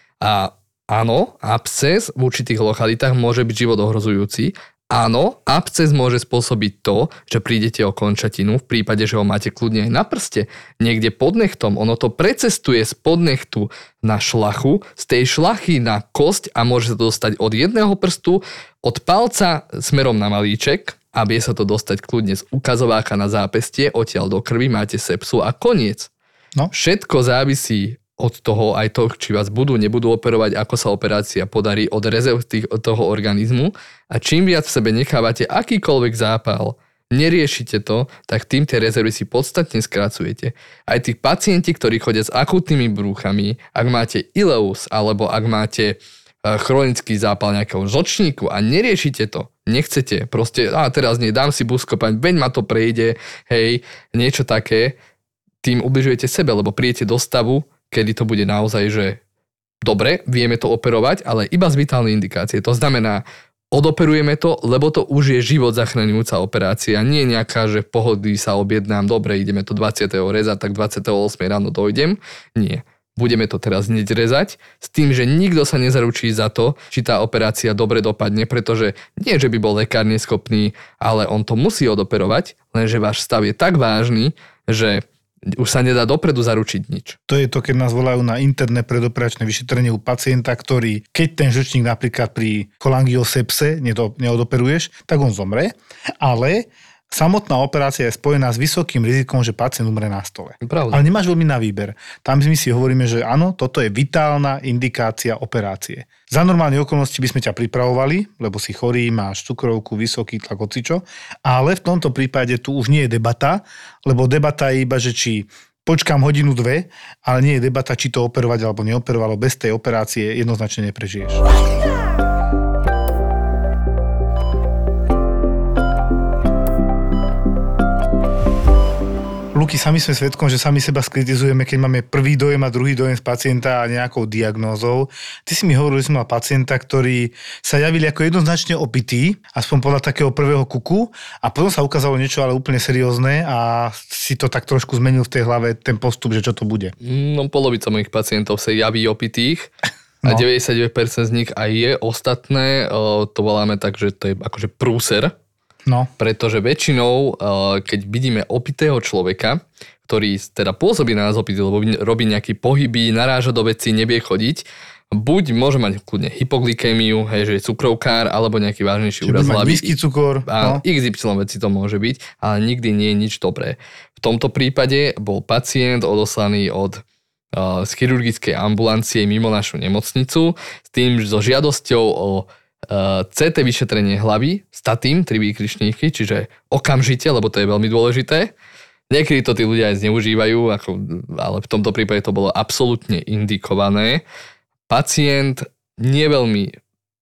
A áno, absces v určitých lokalitách môže byť život ohrozujúci. Áno, absces môže spôsobiť to, že prídete o končatinu v prípade, že ho máte kľudne aj na prste. Niekde pod nechtom, ono to precestuje z podnechtu na šlachu, z tej šlachy na kosť a môže sa to dostať od jedného prstu, od palca smerom na malíček a vie sa to dostať kľudne z ukazováka na zápestie, odtiaľ do krvi máte sepsu a koniec. No. Všetko závisí od toho, aj to, či vás budú, nebudú operovať, ako sa operácia podarí, od rezerv tých, od toho organizmu. A čím viac v sebe nechávate akýkoľvek zápal, neriešite to, tak tým tie rezervy si podstatne skracujete. Aj tí pacienti, ktorí chodia s akútnymi brúchami, ak máte ileus, alebo ak máte chronický zápal nejakého žlčníku a neriešite to, nechcete, proste, a teraz nie, dám si buscopaň, veď ma to prejde, hej, niečo také, tým ubližujete sebe, lebo príjete do stavu, kedy to bude naozaj, že dobre, vieme to operovať, ale iba z vitálnej indikácie. To znamená, odoperujeme to, lebo to už je život zachraňujúca operácia, nie nejaká, že v pohodlí sa objednám, dobre, ideme to dvadsiateho rezať, tak dvadsiateho ôsmeho ráno dojdem. Nie. budeme to teraz hneď rezať, s tým, že nikto sa nezaručí za to, či tá operácia dobre dopadne, pretože nie, že by bol lekár neschopný, ale on to musí odoperovať, lenže váš stav je tak vážny, že už sa nedá dopredu zaručiť nič.
To je to, keď nás volajú na interné predoperačné vyšetrenie u pacienta, ktorý, keď ten žlčník napríklad pri cholangiosepse neodoperuješ, tak on zomre, ale samotná operácia je spojená s vysokým rizikom, že pacient umre na stole.
Pravda.
Ale nemáš veľmi na výber. Tam my si hovoríme, že áno, toto je vitálna indikácia operácie. Za normálne okolnosti by sme ťa pripravovali, lebo si chorý, máš cukrovku, vysoký tlak, hocičo, ale v tomto prípade tu už nie je debata, lebo debata je iba, že či počkám hodinu, dve, ale nie je debata, či to operovať alebo neoperovalo. Bez tej operácie jednoznačne neprežiješ. Luky, sami sme svedkom, že sami seba skritizujeme, keď máme prvý dojem a druhý dojem z pacienta a nejakou diagnózou. Ty si mi hovoril, že som mal pacienta, ktorý sa javili ako jednoznačne opitý, aspoň podľa takého prvého kuku, a potom sa ukázalo niečo ale úplne seriózne a si to tak trošku zmenil v tej hlave ten postup, že čo to bude.
No polovica mojich pacientov sa javí opitých a no. deväťdesiatdeväť percent z nich aj je ostatné. To voláme tak, že to je akože prúser.
No.
Pretože väčšinou, keď vidíme opitého človeka, ktorý teda pôsobí na nás opitý, lebo robí nejaké pohyby, naráža do vecí, nevie chodiť, buď môže mať kľudne hypoglykémiu, hej, že je cukrovkár, alebo nejaký vážnejší úraz hlavy.
Nízky cukor.
A
no.
iks ypsilon veci to môže byť, ale nikdy nie je nič dobré. V tomto prípade bol pacient odoslaný od uh, z chirurgickej ambulancie mimo našu nemocnicu s tým, so žiadosťou o cé té vyšetrenie hlavy, statím, tri výkričníky, čiže okamžite, lebo to je veľmi dôležité. Niekedy to tí ľudia aj zneužívajú, ako, ale v tomto prípade to bolo absolútne indikované. Pacient nie veľmi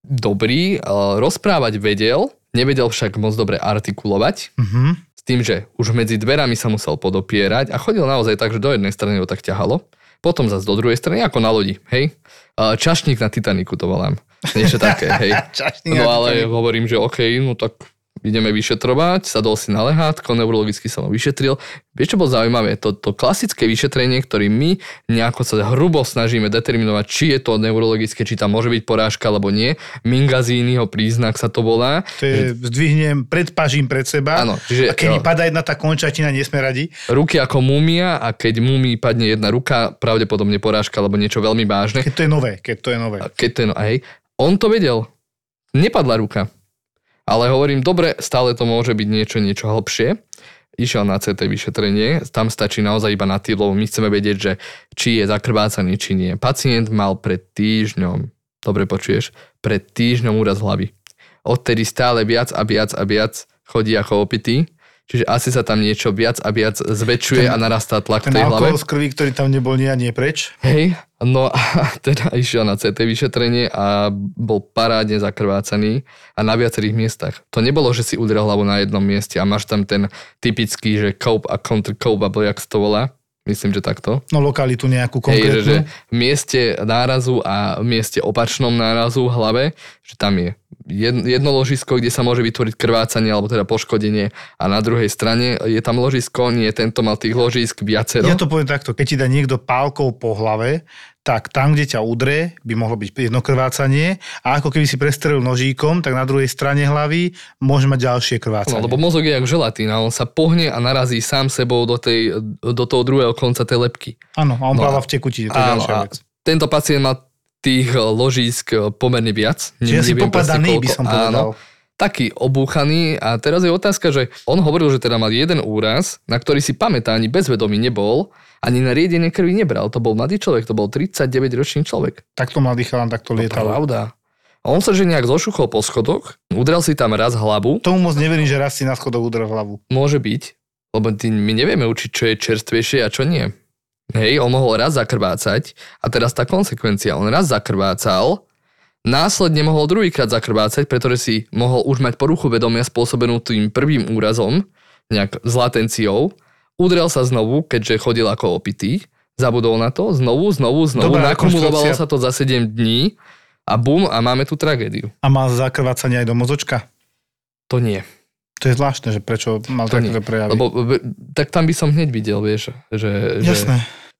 dobrý, rozprávať vedel, nevedel však moc dobre artikulovať, mm-hmm. s tým, že už medzi dverami sa musel podopierať a chodil naozaj tak, že do jednej strany ho tak ťahalo, potom zase do druhej strany, ako na lodi, hej. Čašník na Titaniku to volám. Niečo také, hej. No ale hovorím, že okej, okay, no tak ideme vyšetrovať, sadol si na lehátko, neurologicky sa mu vyšetril. Vieš, čo bolo zaujímavé? To, to klasické vyšetrenie, ktoré my nejako sa hrubo snažíme determinovať, či je to neurologické, či tam môže byť porážka, alebo nie. Mingazínyho príznak sa to volá.
To je, zdvihnem pred pažím pred seba.
Áno, čiže,
a keď mi padá jedna tá končatina, nie sme radi.
Ruky ako múmia a keď múmii padne jedna ruka, pravdepodobne porážka, alebo niečo veľmi vážne.
Keď to je nové, keď to je nové.
Keď to je no, hej. On to vedel. Nepadla ruka. Ale hovorím, dobre, stále to môže byť niečo, niečo hlbšie. Išiel na cé té vyšetrenie, tam stačí naozaj iba na tým, lebo my chceme vedieť, že či je zakrvácaný, či nie. Pacient mal pred týždňom, dobre počuješ, pred týždňom úraz hlavy. Odtedy stále viac a viac a viac chodí ako opitý. Čiže asi sa tam niečo viac a viac zväčšuje ten, a narastá tlak v tej hlave. Ten
alkohol z krvi, ktorý tam nebol nie a nie preč.
Hej, no a teda išiel na cé té vyšetrenie a bol parádne zakrvácaný a na viacerých miestach. To nebolo, že si udrel hlavu na jednom mieste a máš tam ten typický, že cope a counter cope, alebo jak sa to volá. Myslím, že takto.
No lokalitu nejakú konkrétnu.
Hej, že, že v mieste nárazu a v mieste opačnom nárazu v hlave, že tam je jedno ložisko, kde sa môže vytvoriť krvácanie alebo teda poškodenie a na druhej strane je tam ložisko, nie tento mal tých ložisk viacero.
Ja to poviem takto, keď ti dá niekto pálkou po hlave, tak tam, kde ťa udre, by mohlo byť jedno krvácanie a ako keby si prestrelil nožíkom, tak na druhej strane hlavy môže mať ďalšie krvácanie.
No, lebo mozog je jak želatína, on sa pohne a narazí sám sebou do, tej, do toho druhého konca tej lebky.
Áno, a on
no,
pláva v tekutine, to je ďalšia vec.
Tento pacient má tých ložísk pomerne viac.
Čiže asi popadaný by som povedal.
Áno, taký obúchaný a teraz je otázka, že on hovoril, že teda mal jeden úraz, na ktorý si pamätá, ani bezvedomý nebol, ani na riedenie krvi nebral. To bol mladý človek, to bol tridsaťdeväťročný človek.
Takto mladý chalan, takto lietal.
Pravda. A on sa že nejak zošuchol po schodoch, udrel si tam raz hlavu.
Tomu moc neverím, že raz si na schodoch udrel hlavu.
Môže byť, lebo my nevieme učiť, čo je čerstvejšie a čo nie. Hej, on mohol raz zakrvácať a teraz tá konsekvencia, on raz zakrvácal, následne mohol druhýkrát zakrvácať, pretože si mohol už mať poruchu vedomia spôsobenú tým prvým úrazom, nejak s latenciou, udrel sa znovu, keďže chodil ako opitý, zabudol na to, znovu, znovu, znovu, Dobrá, nakumulovalo sa to za sedem dní a bum, a máme tu tragédiu.
A mal zakrvácanie aj do mozočka?
To nie.
To je zvláštne, že prečo mal takéto prejavy.
Lebo tak tam by som hneď videl, vieš, že...
Jasné.
Že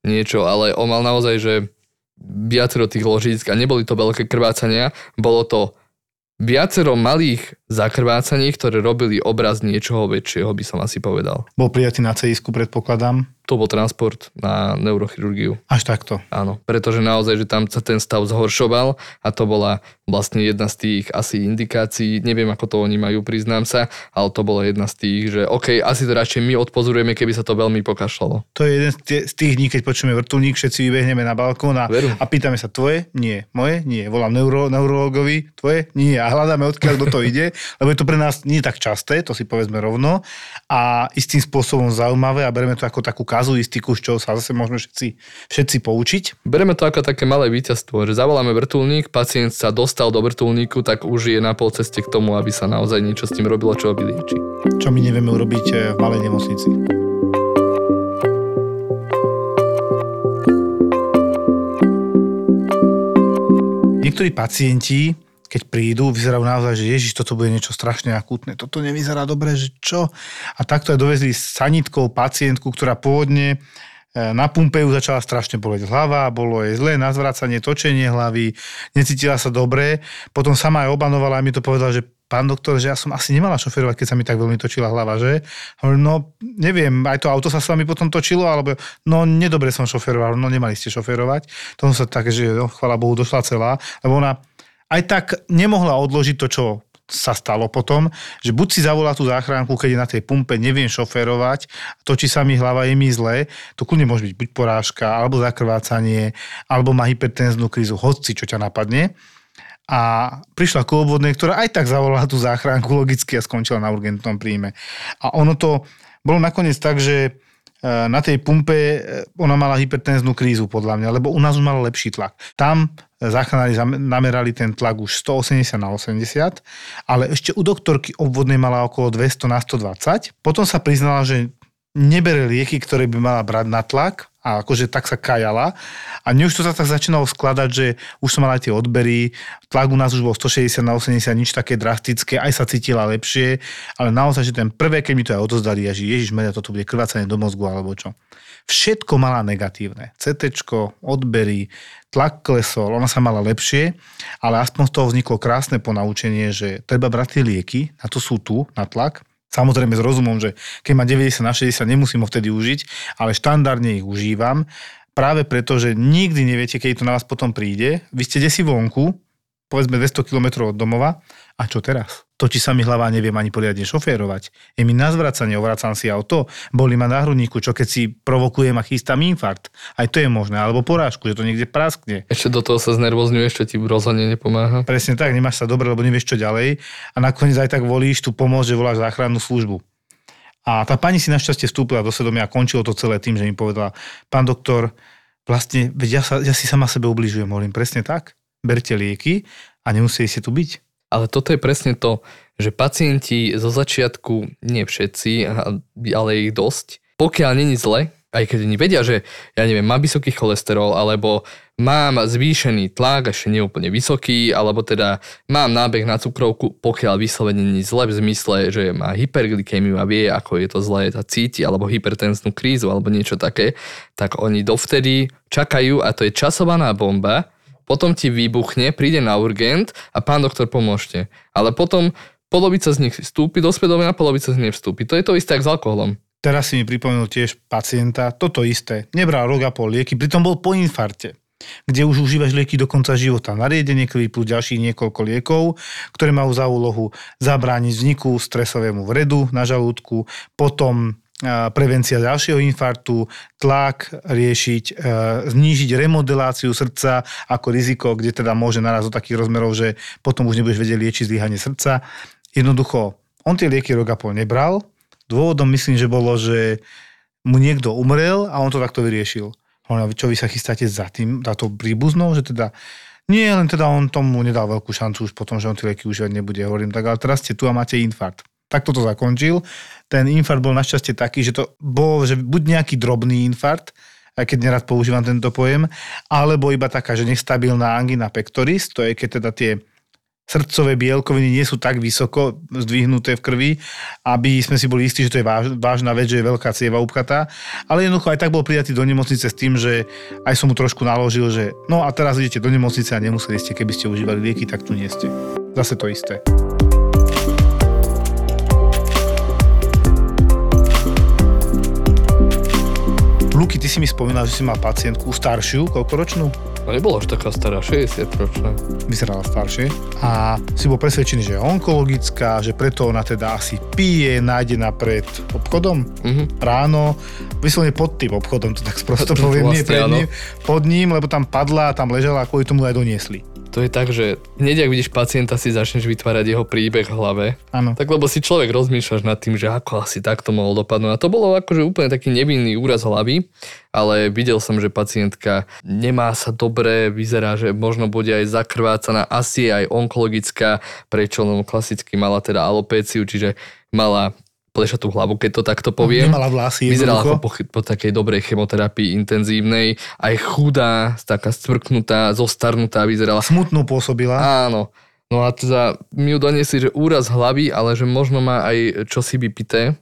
niečo, ale on mal naozaj, že viacero tých ložísk a neboli to veľké krvácania, bolo to viacero malých zakrvácaní, ktoré robili obraz niečoho väčšieho, by som asi povedal.
Bol prijatý na cé í esku, predpokladám.
To bol transport na neurochirurgiu.
Až takto.
Áno, pretože naozaj, že tam sa ten stav zhoršoval a to bola vlastne jedna z tých asi indikácií, neviem ako to oni majú, priznám sa, ale to bola jedna z tých, že OK, asi to radšej my odpozorujeme, keby sa to veľmi pokašľalo.
To je jeden z, tie, z tých dní, keď počujeme vrtuľník, všetci vybehneme na balkón a, a pýtame sa, tvoje? Nie. Moje? Nie. Volám neuro, neurologovi, tvoje? Nie. A hľadáme, odkiaľ do toho ide, lebo je to pre nás nie tak časté, to si povedzme rovno, a istým spôsobom zaujímavé a bereme to ako takú kazuistiku, z čoho sa zase môžeme všetci, všetci poučiť.
Bereme to ako také malé víťazstvo, že zavoláme vrtuľník, pacient sa dostal do vrtuľníku, tak už je na pol ceste k tomu, aby sa naozaj niečo s tým robilo, čo ho vylieči.
Čo my nevieme urobiť v malej nemocnici. Niektorí pacienti, keď prídu, vyzerajú naozaj, že ježiš, toto bude niečo strašne akútne, toto nevyzerá dobre, že čo? A takto aj dovezli sanitkou pacientku, ktorá pôvodne na pumpe ju začala strašne boleť hlava, bolo jej zlé na zvracanie, točenie hlavy, necítila sa dobre, potom sama aj obanovala a mi to povedala, že pán doktor, že ja som asi nemala šoférovať, keď sa mi tak veľmi točila hlava, že? No, neviem, aj to auto sa s vami potom točilo, alebo no, nedobre som šoféroval, no, nemali ste šoférovať. To som sa tak, že no, chvála Bohu, došla celá, lebo ona aj tak nemohla odložiť to, čo sa stalo potom, že buď si zavolá tú záchranku, keď je na tej pumpe, neviem šoférovať, točí sa mi hlava, je mi zle, to kľudne môže byť buď porážka, alebo zakrvácanie, alebo má hypertenznú krízu, hoci čo ťa napadne. A prišla ku obvodnej, ktorá aj tak zavolala tú záchranku logicky a skončila na urgentnom príjme. A ono to bolo nakoniec tak, že na tej pumpe ona mala hypertenznú krízu podľa mňa, lebo u nás už mala lepší tlak. Tam záchranári namerali ten tlak už stoosemdesiat na osemdesiat, ale ešte u doktorky obvodnej mala okolo dvesto na stodvadsať. Potom sa priznala, že nebere lieky, ktoré by mala brať na tlak a akože tak sa kajala. A mne už to sa tak začínalo skladať, že už som mala aj tie odbery, tlak u nás už bol stošesťdesiat na osemdesiat, nič také drastické, aj sa cítila lepšie, ale naozaj, že ten prvé, keď mi to aj odozdali, a že ježišmeria, toto bude krvácanie do mozgu alebo čo. Všetko mala negatívne. cé téčko, odbery, tlak klesol, ona sa mala lepšie, ale aspoň z toho vzniklo krásne ponaučenie, že treba brať tie lieky, na to sú tu, na tlak. Samozrejme s rozumom, že keď má deväťdesiat na šesťdesiat, nemusím ho vtedy užiť, ale štandardne ich užívam. Práve preto, že nikdy neviete, keď to na vás potom príde. Vy ste desi vonku, povedzme dvesto kilometrov od domova, a čo teraz? Točí sa mi hlava, neviem ani poriadne šoférovať. Je mi na zvracanie, ovracam si auto, bolí ma na hrudníku, čo keď si provokujem a chystám infarkt. Aj to je možné, alebo porážku, že to niekde praskne.
Ešte do toho sa znervozňuješ, čo ti rozhodne nepomáha.
Presne tak, nemáš sa dobre, lebo nevieš čo ďalej a nakoniec aj tak volíš tú pomoc, že voláš záchrannú službu. A tá pani si našťastie vstúpila do svedomia a končilo to celé tým, že mi povedala: pán doktor, vlastne, veď ja, sa, ja si sama sebe ubližujem, hovorím, presne tak, berte lieky a nemusíte si tu byť.
Ale toto je presne to, že pacienti zo začiatku, nie všetci, ale ich dosť, pokiaľ není zle, aj keď oni vedia, že ja neviem, mám vysoký cholesterol, alebo mám zvýšený tlak, ešte neúplne vysoký, alebo teda mám nábeh na cukrovku, pokiaľ vyslovene není zle v zmysle, že má hyperglykémiu a vie, ako je to zlé, a cíti, alebo hypertenznú krízu, alebo niečo také, tak oni dovtedy čakajú a to je časovaná bomba. Potom ti vybuchne, príde na urgent a pán doktor, pomôžte. Ale potom polovica z nich vstúpi do svedomia a polovica z nich nevstúpi. To je to isté ako s alkoholom.
Teraz si mi pripomenul tiež pacienta, toto isté. Nebral rok a pol lieky, pritom bol po infarte, kde už užívaš lieky do konca života. Nariedenie krvi plus ďalších niekoľko liekov, ktoré majú za úlohu zabrániť vzniku stresovému vredu na žalúdku, potom prevencia ďalšieho infarktu, tlak riešiť, znížiť remodeláciu srdca ako riziko, kde teda môže naraz do takých rozmerov, že potom už nebudeš vedieť liečiť zlyhanie srdca. Jednoducho, on tie lieky rok a pol nebral. Dôvodom myslím, že bolo, že mu niekto umrel a on to takto vyriešil. Hovorím, čo vy sa chystáte za tým, za to príbuznou, že teda nie, len teda on tomu nedal veľkú šancu už potom, že on tie lieky užívať nebude. Hovorím, tak ale teraz ste tu a máte infarkt. Tak toto zakončil. Ten infarkt bol našťastie taký, že to bol že buď nejaký drobný infarkt, aj keď nerad používam tento pojem, alebo iba taká, že nestabilná angina pectoris, to je keď teda tie srdcové bielkoviny nie sú tak vysoko zdvihnuté v krvi, aby sme si boli istí, že to je váž, vážna vec, že je veľká cieva upchatá. Ale jednoducho aj tak bol prijatý do nemocnice s tým, že aj som mu trošku naložil, že no a teraz idete do nemocnice a nemuseli ste, keby ste užívali lieky, tak tu nie ste. Zase to isté. Luky, ty si mi spomínal, že si mal pacientku staršiu, koľkoročnú?
No nebola až taká stará, šesťdesiatročná.
Vyzerala staršie. A si bol presvedčený, že je onkologická, že preto ona teda asi pije, nájdená pred obchodom
Mhm.
ráno, vyslovene pod tým obchodom, to tak sprosto poviem, nie
Vlastne
pred
áno.
ním, pod ním, lebo tam padla, tam ležala a kvôli tomu aj doniesli.
To je tak, že hneď ak vidíš pacienta, si začneš vytvárať jeho príbeh v hlave.
Áno.
Tak lebo si človek rozmýšľaš nad tým, že ako asi takto mohol dopadnúť. A to bolo akože úplne taký nevinný úraz hlavy, ale videl som, že pacientka nemá sa dobre, vyzerá, že možno bude aj zakrvácaná, asi aj onkologická, prečo no klasicky mala teda alopéciu, čiže mala plešatú hlavu, keď to takto poviem.
Nemala vlasy.
Vyzerala
jednoducho.
po, po takej dobrej chemoterapii intenzívnej, aj chudá, taká stvrknutá, zostarnutá vyzerala.
Smutnú pôsobila.
Áno. No a teda mi ju doniesli, že úraz hlavy, ale že možno má aj čosi vypité.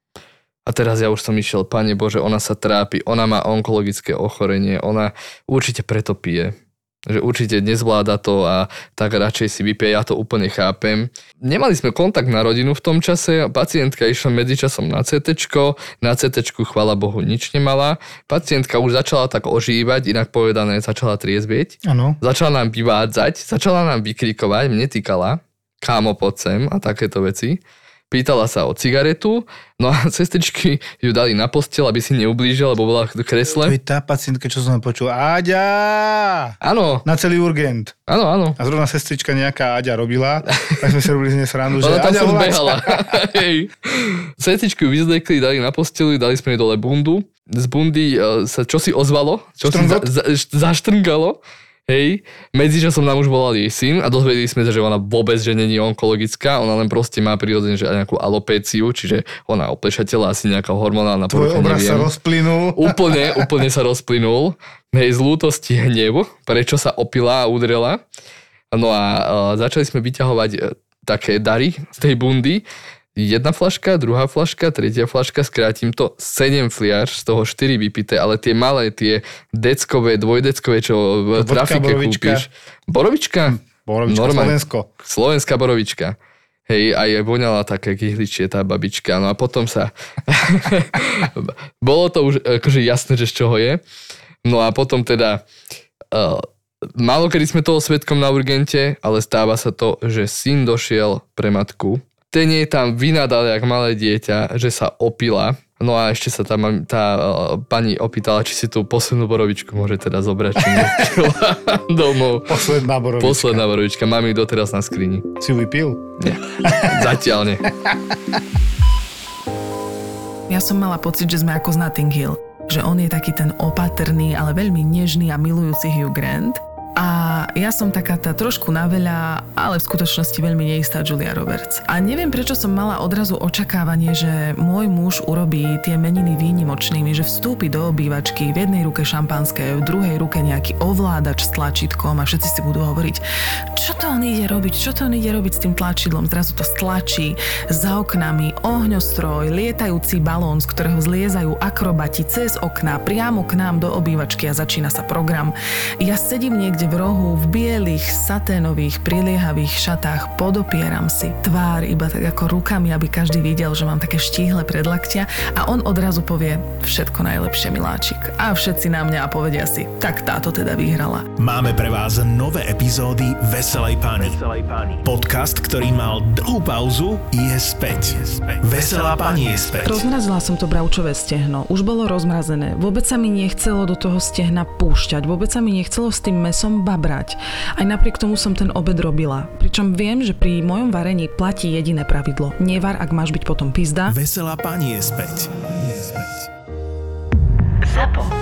A teraz ja už som išiel, Pane Bože, ona sa trápi, ona má onkologické ochorenie, ona určite preto pije. Že určite nezvláda to a tak radšej si vypije, ja to úplne chápem. Nemali sme kontakt na rodinu v tom čase, pacientka išla medzičasom na cé téčko, na cé téčku chvála Bohu nič nemala. Pacientka už začala tak ožívať, inak povedané začala triezvieť.
Áno.
Začala nám vyvádzať, začala nám vykrikovať, mne týkala, kámo poď sem a takéto veci. Pýtala sa o cigaretu, no a sestričky ju dali na posteľ, aby si neublížila, lebo bola v
To
kresle.
je tá pacientka, čo som počul. Áďa!
Áno,
Na celý urgent.
áno, áno.
A zrovna sestrička nejaká Áďa robila, tak sme si robili z nej srandu, že
Ona tam
Áďa
furt
volá.
behala. Hej. Sestričku ju vyzliekli, dali na posteli, dali sme jej dole bundu. Z bundy uh, sa čosi ozvalo, čosi za,
Štrngot?
za, zaštrngalo. Hej, medzičasom nám už volal jej syn a dozvedeli sme sa, že ona vôbec, že není onkologická, ona len proste má prirodzene, že aj nejakú alopéciu, čiže ona oplešatela asi nejaká hormonálna
Tvoj
porucha,
obraz sa
neviem.
rozplynul.
Úplne, úplne sa rozplynul. Hej, z lútosti hnev, prečo sa opila a udrela. No a uh, začali sme vyťahovať uh, také dary z tej bundy. Jedna flaška, druhá flaška, tretia flaška, skrátim to, sedem fliaž, z toho štyri vypité, ale tie malé, tie deckové, dvojdeckové, čo v
Vodka,
trafike
borovička.
kúpiš. Borovička?
Borovička,
Normálne.
Slovensko.
Slovenská borovička. Hej, a je voňala také kyhličie tá babička. No a potom sa... Bolo to už akože jasné, že z čoho je. No a potom teda... Uh, málo kedy sme toho svedkom na urgente, ale stáva sa to, že syn došiel pre matku. Ten jej tam vynadal, jak malé dieťa, že sa opila. No a ešte sa tá, tá uh, pani opýtala, či si tú poslednú borovičku môže teda zobrať, či nepila domov.
Posledná borovička.
Posledná borovička. Mám ju doteraz na skrini.
Si ju vypil?
Nie. Zatiaľ nie.
Ja som mala pocit, že sme ako z Notting Hill. Že on je taký ten opatrný, ale veľmi nežný a milujúci Hugh Grant. A ja som taká tá trošku naveľa, ale v skutočnosti veľmi neistá Julia Roberts. A neviem, prečo som mala odrazu očakávanie, že môj muž urobí tie meniny výnimočnými, že vstúpi do obývačky, v jednej ruke šampanské, v druhej ruke nejaký ovládač s tlačítkom a všetci si budú hovoriť, čo to on ide robiť, čo to on ide robiť s tým tlačidlom. Zrazu to stlačí, za oknami ohňostroj, lietajúci balón, z ktorého zliezajú akrobati cez okná, priamo k nám do obývačky a začína sa program. Ja sedím niekde v rohu v bielých, saténových, priliehavých šatách, podopieram si tvár iba tak ako rukami, aby každý videl, že mám také štíhle predlaktia a on odrazu povie všetko najlepšie, miláčik. A všetci na mňa a povedia si, tak táto teda vyhrala.
Máme pre vás nové epizódy Veselej pani. Podcast, ktorý mal dlhú pauzu, je späť. Veselá pani je späť.
Rozmrazila som to bravčové stehno. Už bolo rozmrazené. Vôbec sa mi nechcelo do toho stehna púšťať. Vôbec sa mi nechcelo s tým mesom babrať. Aj napriek tomu som ten obed robila. Pričom viem, že pri mojom varení platí jediné pravidlo. Nevar, ak máš byť potom pizda.
Veselá pani je späť.
Zapo.